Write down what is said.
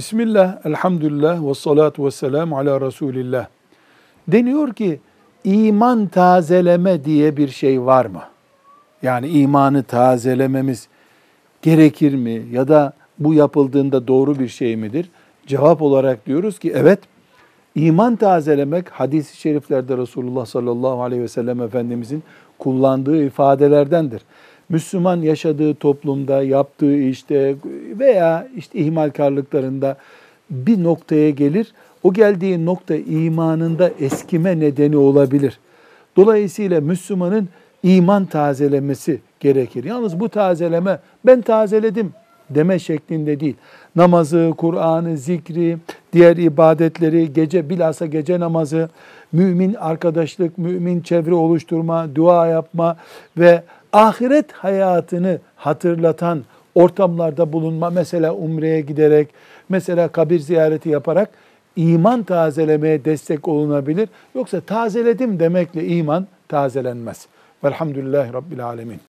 Bismillah, elhamdülillah, ve salatu ve selamu ala Resulillah. Deniyor ki iman tazeleme diye bir şey var mı? Yani imanı tazelememiz gerekir mi? Ya da bu yapıldığında doğru bir şey midir? Cevap olarak diyoruz ki evet, iman tazelemek hadis-i şeriflerde Resulullah sallallahu aleyhi ve sellem Efendimizin kullandığı ifadelerdendir. Müslüman yaşadığı toplumda, yaptığı işte veya işte ihmalkarlıklarında bir noktaya gelir. O geldiği nokta imanında eskime nedeni olabilir. Dolayısıyla Müslümanın iman tazelemesi gerekir. Yalnız bu tazeleme ben tazeledim deme şeklinde değil. Namazı, Kur'an'ı, zikri, diğer ibadetleri, bilhassa gece namazı, mümin arkadaşlık, mümin çevre oluşturma, dua yapma ve ahiret hayatını hatırlatan ortamlarda bulunma, mesela umreye giderek, mesela kabir ziyareti yaparak iman tazelemeye destek olunabilir. Yoksa tazeledim demekle iman tazelenmez. Velhamdülillahi Rabbil Alemin.